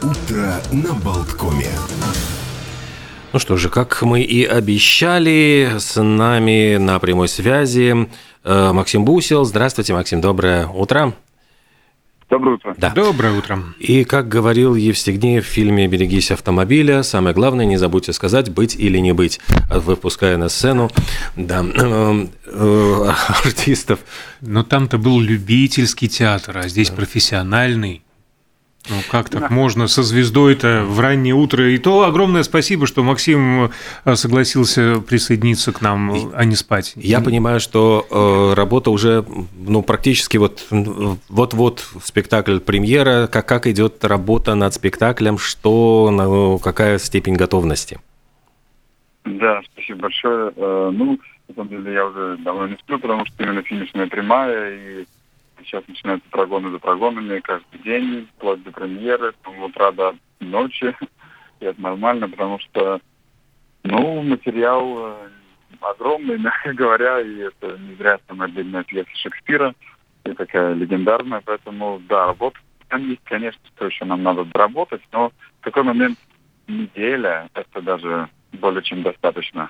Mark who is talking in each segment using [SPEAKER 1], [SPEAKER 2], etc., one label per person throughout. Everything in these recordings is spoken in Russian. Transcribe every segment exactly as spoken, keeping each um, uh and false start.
[SPEAKER 1] Утро на Болткоме.
[SPEAKER 2] Ну что же, как мы и обещали, с нами на прямой связи э, Максим Бусел. Здравствуйте, Максим, доброе утро.
[SPEAKER 3] Доброе утро.
[SPEAKER 2] Да.
[SPEAKER 4] Доброе утро.
[SPEAKER 2] И, как говорил Евстигнеев в фильме «Берегись автомобиля», самое главное, не забудьте сказать «быть или не быть», выпуская на сцену да, э, э, артистов.
[SPEAKER 4] Но там-то был любительский театр, а здесь профессиональный. Ну, как так да. можно со звездой-то в раннее утро? И то огромное спасибо, что Максим согласился присоединиться к нам, а не спать.
[SPEAKER 2] Я понимаю, что э, работа уже ну, практически вот, вот-вот спектакль премьера. Как, как идет работа над спектаклем? Что, ну, какая степень готовности?
[SPEAKER 3] Да, спасибо большое. Э, ну, на самом деле я уже давно не сплю, потому что именно финишная прямая, и сейчас начинаются прогоны за прогонами каждый день, вплоть до премьеры, с утра до ночи. И это нормально, потому что, ну, материал огромный, мягко говоря, и это не зря там отдельная пьеса Шекспира, и такая легендарная, поэтому, да, работа там есть, конечно, что еще нам надо доработать, но в такой момент неделя, это даже более чем достаточно.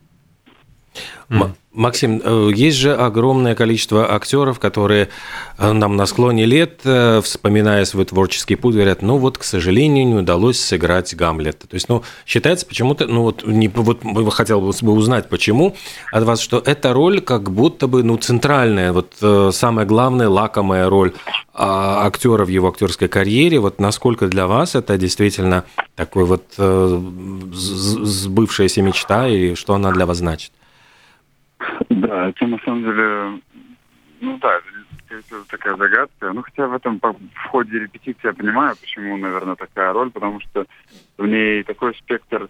[SPEAKER 2] М- Максим, есть же огромное количество актеров, которые нам на склоне лет, вспоминая свой творческий путь, говорят, ну вот, к сожалению, не удалось сыграть Гамлета. То есть, ну, считается почему-то, ну вот, не, вот хотел бы узнать, почему от вас, что эта роль как будто бы, ну, центральная, вот самая главная, лакомая роль актера в его актерской карьере. Вот насколько для вас это действительно такой вот сбывшаяся мечта, и что она для вас значит?
[SPEAKER 3] Да, это на самом деле, ну да, это такая загадка. Ну, хотя в этом в ходе репетиции я понимаю, почему, наверное, такая роль, потому что в ней такой спектр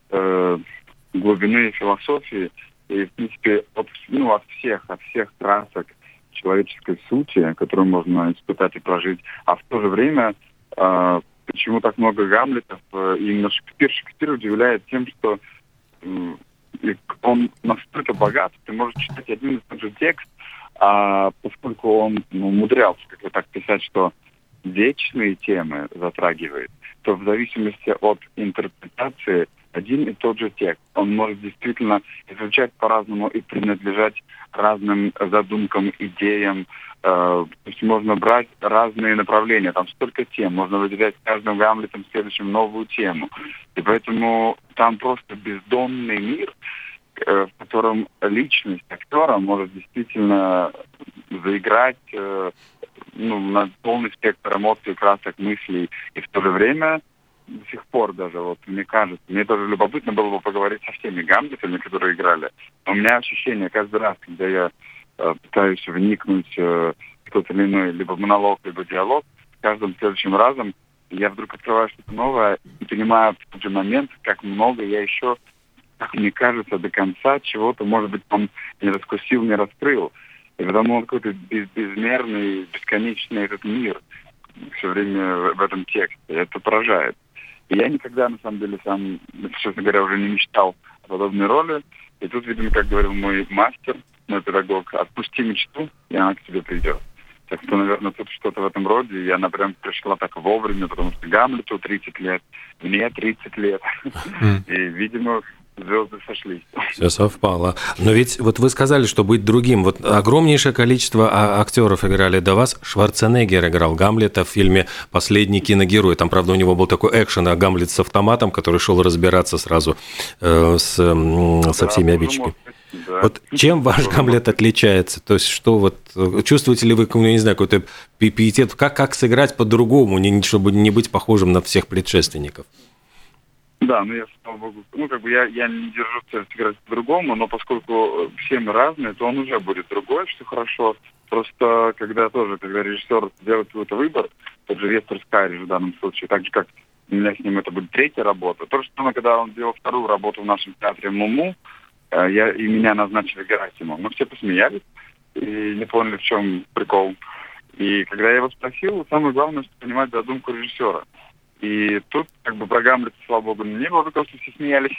[SPEAKER 3] э, глубины и философии, и, в принципе, от, ну, от всех, от всех красок человеческой сути, которую можно испытать и прожить, а в то же время, э, почему так много Гамлетов, э, именно Шекспир, Шекспир удивляет тем, что э, И он настолько богат, ты можешь читать один и тот же текст, а поскольку он ну, умудрялся как-то так писать, что вечные темы затрагивает, то в зависимости от интерпретации один и тот же текст, он может действительно звучать по-разному и принадлежать разным задумкам, идеям. Э, то есть можно брать разные направления, там столько тем, можно выделять каждым Гамлетом следующим новую тему. И поэтому там просто бездонный мир, э, в котором личность актера может действительно заиграть э, ну, на полный спектр эмоций, красок, мыслей. И в то же время до сих пор даже, вот мне кажется, мне тоже любопытно было бы поговорить со всеми Гамлетами, которые играли. Но у меня ощущение каждый раз, когда я э, пытаюсь вникнуть э, в тот или иной либо монолог, либо диалог, с каждым следующим разом я вдруг открываю что-то новое и понимаю в тот же момент, как много я еще, как мне кажется, до конца чего-то, может быть, он не раскусил, не раскрыл. И потому он какой-то без, безмерный, бесконечный этот мир все время в, в этом тексте. Это поражает. И я никогда, на самом деле, сам, честно говоря, уже не мечтал о подобной роли. И тут, видимо, как говорил мой мастер, мой педагог, отпусти мечту, и она к тебе придет. Так что, наверное, тут что-то в этом роде. И она прям пришла так вовремя, потому что Гамлету тридцать лет, мне тридцать лет. И, видимо, звезды сошлись.
[SPEAKER 2] Все совпало. Но ведь вот вы сказали, что быть другим. Вот огромнейшее количество актеров играли до вас. Шварценеггер играл Гамлета в фильме «Последний киногерой». Там, правда, у него был такой экшен, а Гамлет с автоматом, который шел разбираться сразу э, с, со да, всеми обидчиками. Да. Вот чем ваш Гамлет отличается? То есть что вот чувствуете ли вы, я не знаю, какой-то пиетет, как, как сыграть по-другому, чтобы не быть похожим на всех предшественников?
[SPEAKER 3] Да, ну я, слава богу, ну как бы я, я не держу цель сыграть по-другому, но поскольку все мы разные, то он уже будет другой, что хорошо. Просто когда тоже, когда режиссер делает какой-то выбор, тот же Вестер Скайридж в данном случае, так же как у меня с ним это будет третья работа. То же самое, когда он делал вторую работу в нашем театре «Муму», я, и меня назначили Герасимом. Мы все посмеялись и не поняли, в чем прикол. И когда я его спросил, самое главное, что понимать задумку режиссера. И тут, как бы, про Гамлета, слава богу, не было такого, что все смеялись.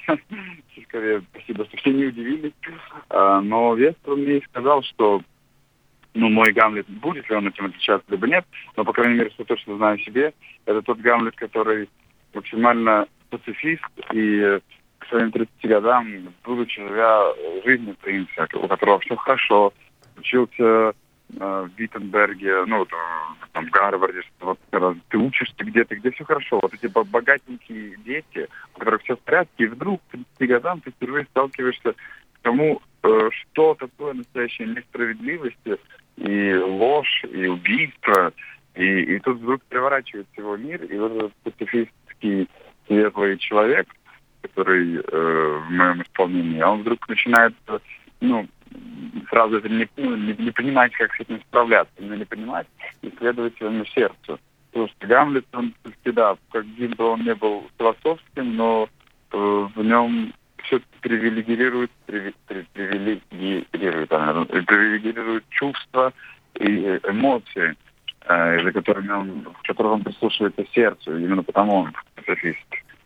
[SPEAKER 3] Скорее, спасибо, что все не удивились. Но Вестер мне сказал, что ну, мой Гамлет, будет ли он этим отличаться, либо нет, но, по крайней мере, что точно знаю о себе, это тот Гамлет, который максимально пацифист и к своим тридцати годам, будучи живя жизнью принца, у которого все хорошо, учился в Виттенберге, ну, там, в Гарварде, что вот, когда ты учишься где-то, где все хорошо. Вот эти богатенькие дети, у которых все в порядке, и вдруг к тридцати годам ты впервые сталкиваешься к тому, что такое настоящая несправедливость, и ложь, и убийство, и, и тут вдруг переворачивается его мир, и вот этот пацифистский светлый человек, который э, в моем исполнении, он вдруг начинает, ну, сразу это не, ну, не, не понимать, как с этим справляться, именно не понимать и следовать своему сердцу. Потому что Гамлет, он всегда, каким бы он ни был философским, но э, в нем все-таки привилегирует, привилегирует, привилегирует чувства и эмоции, э, за которыми он, в которых он прислушивается сердцу, именно потому он пацифист.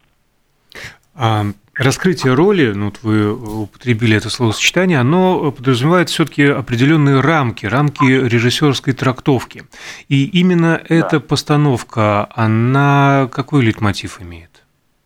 [SPEAKER 4] А раскрытие роли, ну, вот вы употребили это словосочетание, оно подразумевает все-таки определенные рамки, рамки режиссерской трактовки. И именно да. эта постановка, она какой лейтмотив имеет?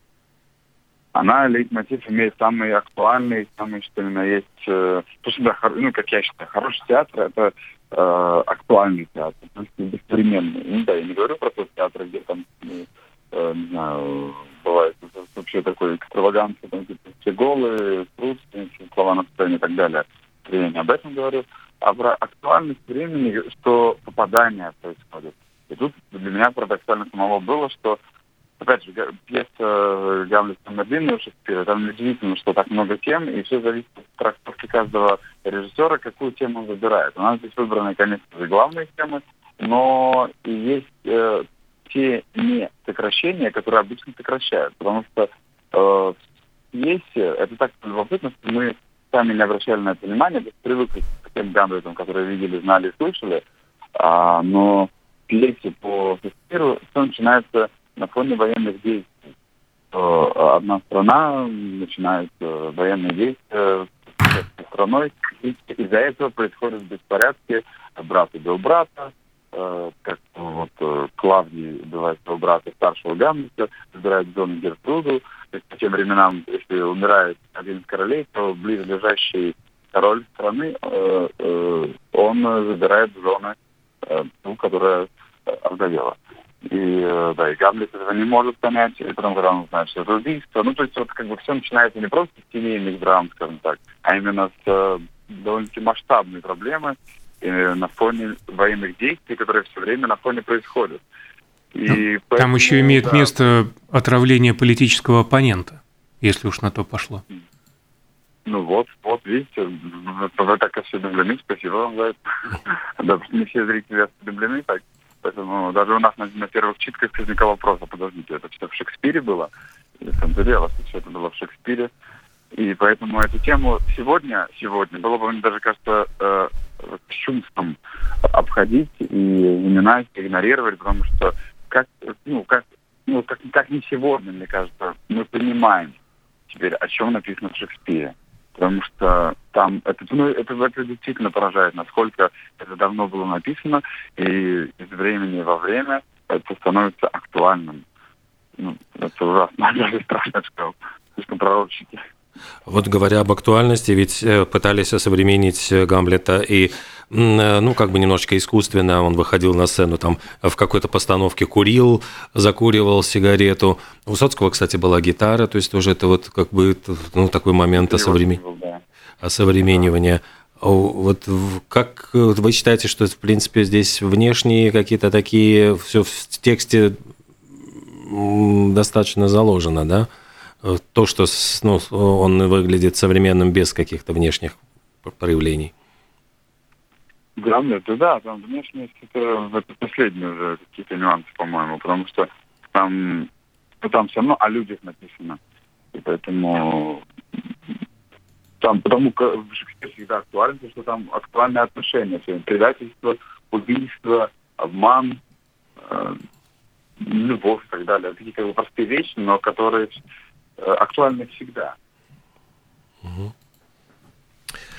[SPEAKER 3] Она лейтмотив имеет самый актуальный, самый, что именно есть. Потому что, да, ну, как я считаю, хороший театр – это э, актуальный театр, то есть беспременный. Ну, да, я не говорю про тот театр, где там, э, не знаю, бывает вообще такой экстраваганция, там типа все голые, труд, слова на сцене и так далее. Я не об этом говорю, а про актуальность времени, что попадание происходит. И тут для меня парадоксально самого было, что, опять же, пьеса «Гамлет» длинная у Шекспира, там удивительно, что так много тем, и все зависит от трактовки каждого режиссера, какую тему он выбирает. У нас здесь выбраны, конечно же, главные темы, но и есть э, те не сокращения, которые обычно сокращают. Потому что э, в пьесе это так любопытно, что мы сами не обращали на это внимания, то есть привыкли к тем Гамлетам, которые видели, знали и слышали, а, но в пьесе по Шекспиру все начинается на фоне военных действий. То одна страна начинает военные действия с страной, и из-за этого происходят беспорядки, брат убил брата, как вот Клавдий убивает своего брата, старшего Гамлета, забирает в зону Гертруду. То есть по тем временам, если умирает один из королей, то близлежащий король страны, э, э, он забирает в зону э, ту, которая овдовела. И, да, и Гамлет этого не может понять, и потом, когда он знает, что это убийство, ну, то есть вот как бы все начинается не просто с семейных драм, скажем так, а именно с э, довольно-таки масштабной проблемы, на фоне военных действий, которые все время на фоне происходят. И
[SPEAKER 4] ну,
[SPEAKER 3] поэтому,
[SPEAKER 4] там еще имеет
[SPEAKER 3] да,
[SPEAKER 4] место отравление политического оппонента, если уж на то пошло.
[SPEAKER 3] Ну вот, вот, видите, вы так осведомлены, спасибо вам за это. Да, не все зрители осведомлены, так. Поэтому даже у нас на, на первых читках возникал вопрос, а подождите, это что, в Шекспире было? И в том-то дело, что это было в Шекспире. И поэтому эту тему сегодня, сегодня было бы, мне даже кажется, э, кощунством обходить и уминать, игнорировать, потому что как, ну, как, ну, как, как не сегодня, мне кажется, мы понимаем теперь, о чем написано в Шекспире. Потому что там это, ну, это, это действительно поражает, насколько это давно было написано, и из времени во время это становится актуальным. Ну, это ужасно, даже страшно, что слишком пророчески.
[SPEAKER 2] Вот говоря об актуальности, ведь пытались осовременить Гамлета и, ну, как бы немножечко искусственно, он выходил на сцену, там в какой-то постановке курил, закуривал сигарету. У Высоцкого, кстати, была гитара, то есть тоже это вот как бы, ну, такой момент осовремен... осовременивания. Вот как вы считаете, что, в принципе, здесь внешние какие-то такие, все в тексте достаточно заложено, да? То, что, ну, он выглядит современным без каких-то внешних проявлений.
[SPEAKER 3] Гамлет, да, там внешность, это, это последние уже какие-то нюансы, по-моему, потому что там, ну, там все равно о людях написано. И поэтому там, потому как в Шекспире всегда актуально, что там актуальные отношения, все, предательство, убийство, обман, э, любовь и так далее. Такие как бы простые вещи, но которые актуальны всегда.
[SPEAKER 2] Угу.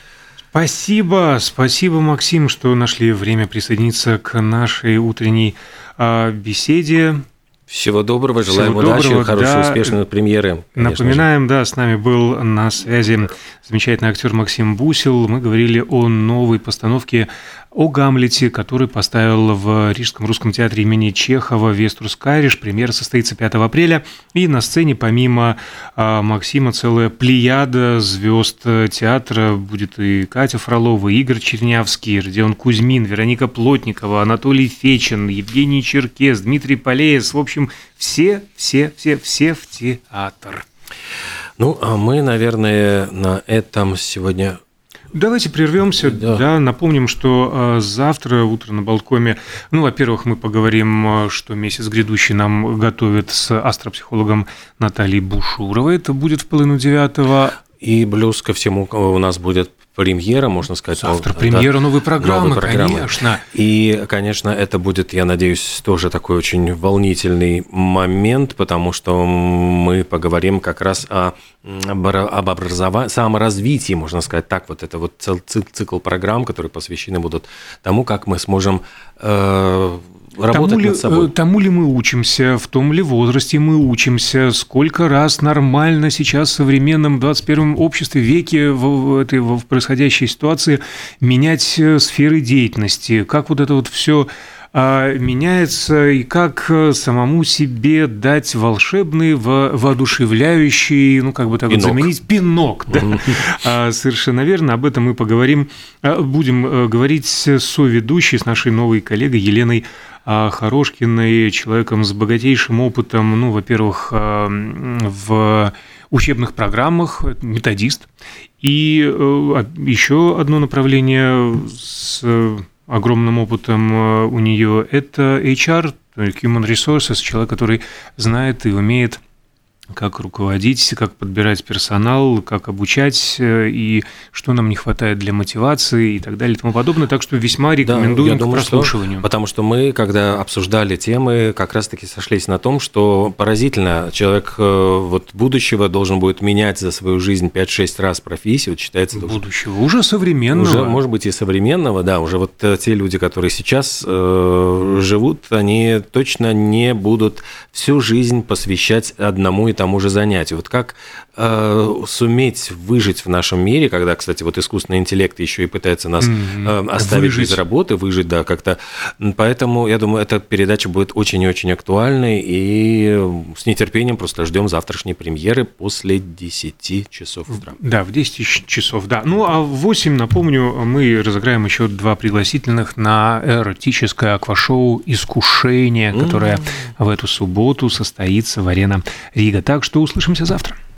[SPEAKER 4] Спасибо, спасибо, Максим, что нашли время присоединиться к нашей утренней а, беседе.
[SPEAKER 2] Всего доброго, желаем
[SPEAKER 4] Всего
[SPEAKER 2] удачи,
[SPEAKER 4] доброго,
[SPEAKER 2] хорошей,
[SPEAKER 4] да.
[SPEAKER 2] успешной премьеры.
[SPEAKER 4] Напоминаем,
[SPEAKER 2] же.
[SPEAKER 4] да, с нами был на связи замечательный актер Максим Бусел. Мы говорили о новой постановке о Гамлете, который поставил в Рижском русском театре имени Чехова Веструс Кайриш. Премьера состоится пятого апреля. И на сцене помимо а, Максима целая плеяда звезд театра. Будет и Катя Фролова, Игорь Чернявский, Родион Кузьмин, Вероника Плотникова, Анатолий Фечин, Евгений Черкес, Дмитрий Полеец. В общем, все, все, все, все в театр.
[SPEAKER 2] Ну, а мы, наверное, на этом сегодня...
[SPEAKER 4] Давайте прервемся. Да. Да, напомним, что завтра утро на Болткоме, ну, во-первых, мы поговорим, что месяц грядущий нам готовит с астропсихологом Натальей Бушуровой. Это будет в половину девятого.
[SPEAKER 2] И плюс ко всему у нас будет премьера, можно сказать.
[SPEAKER 4] Завтра премьера да, новой программы, новой программы, конечно.
[SPEAKER 2] И, конечно, это будет, я надеюсь, тоже такой очень волнительный момент, потому что мы поговорим как раз о, об образовании, саморазвитии, можно сказать так. Вот это вот цикл программ, которые посвящены будут тому, как мы сможем... Э, работать
[SPEAKER 4] тому ли,
[SPEAKER 2] над собой.
[SPEAKER 4] Тому ли мы учимся, в том ли возрасте мы учимся, сколько раз нормально сейчас в современном двадцать первом обществе, веке, в, этой, в происходящей ситуации менять сферы деятельности, как вот это вот все меняется, и как самому себе дать волшебный, воодушевляющий, ну, как бы так вот заменить пинок. Да? Mm-hmm. Совершенно верно, об этом мы поговорим, будем говорить с соведущей, с нашей новой коллегой Еленой Хорошкиной, человеком с богатейшим опытом, ну, во-первых, в учебных программах, методист, и еще одно направление с огромным опытом у нее это эйч ар, Human Resources, человек, который знает и умеет, как руководить, как подбирать персонал, как обучать, и что нам не хватает для мотивации и так далее и тому подобное. Так что весьма рекомендуем да, к думаю, прослушиванию.
[SPEAKER 2] Что, потому что мы, когда обсуждали темы, как раз-таки сошлись на том, что поразительно, человек вот, будущего должен будет менять за свою жизнь пять-шесть раз профессию, считается...
[SPEAKER 4] Будущего, уже современного.
[SPEAKER 2] Уже, может быть, и современного, да, уже вот те люди, которые сейчас э, живут, они точно не будут всю жизнь посвящать одному и тому же занятию. Вот как э, суметь выжить в нашем мире, когда, кстати, вот искусственный интеллект еще и пытается нас э, оставить выжить. без работы, выжить, да, как-то. Поэтому, я думаю, эта передача будет очень и очень актуальной, и с нетерпением просто ждем завтрашней премьеры после десяти часов утра.
[SPEAKER 4] Да, в десять часов, да. Ну, а в восемь, напомню, мы разыграем еще два пригласительных на эротическое аквашоу «Искушение», которое mm-hmm. в эту субботу состоится в Арена Рига. Так что услышимся завтра.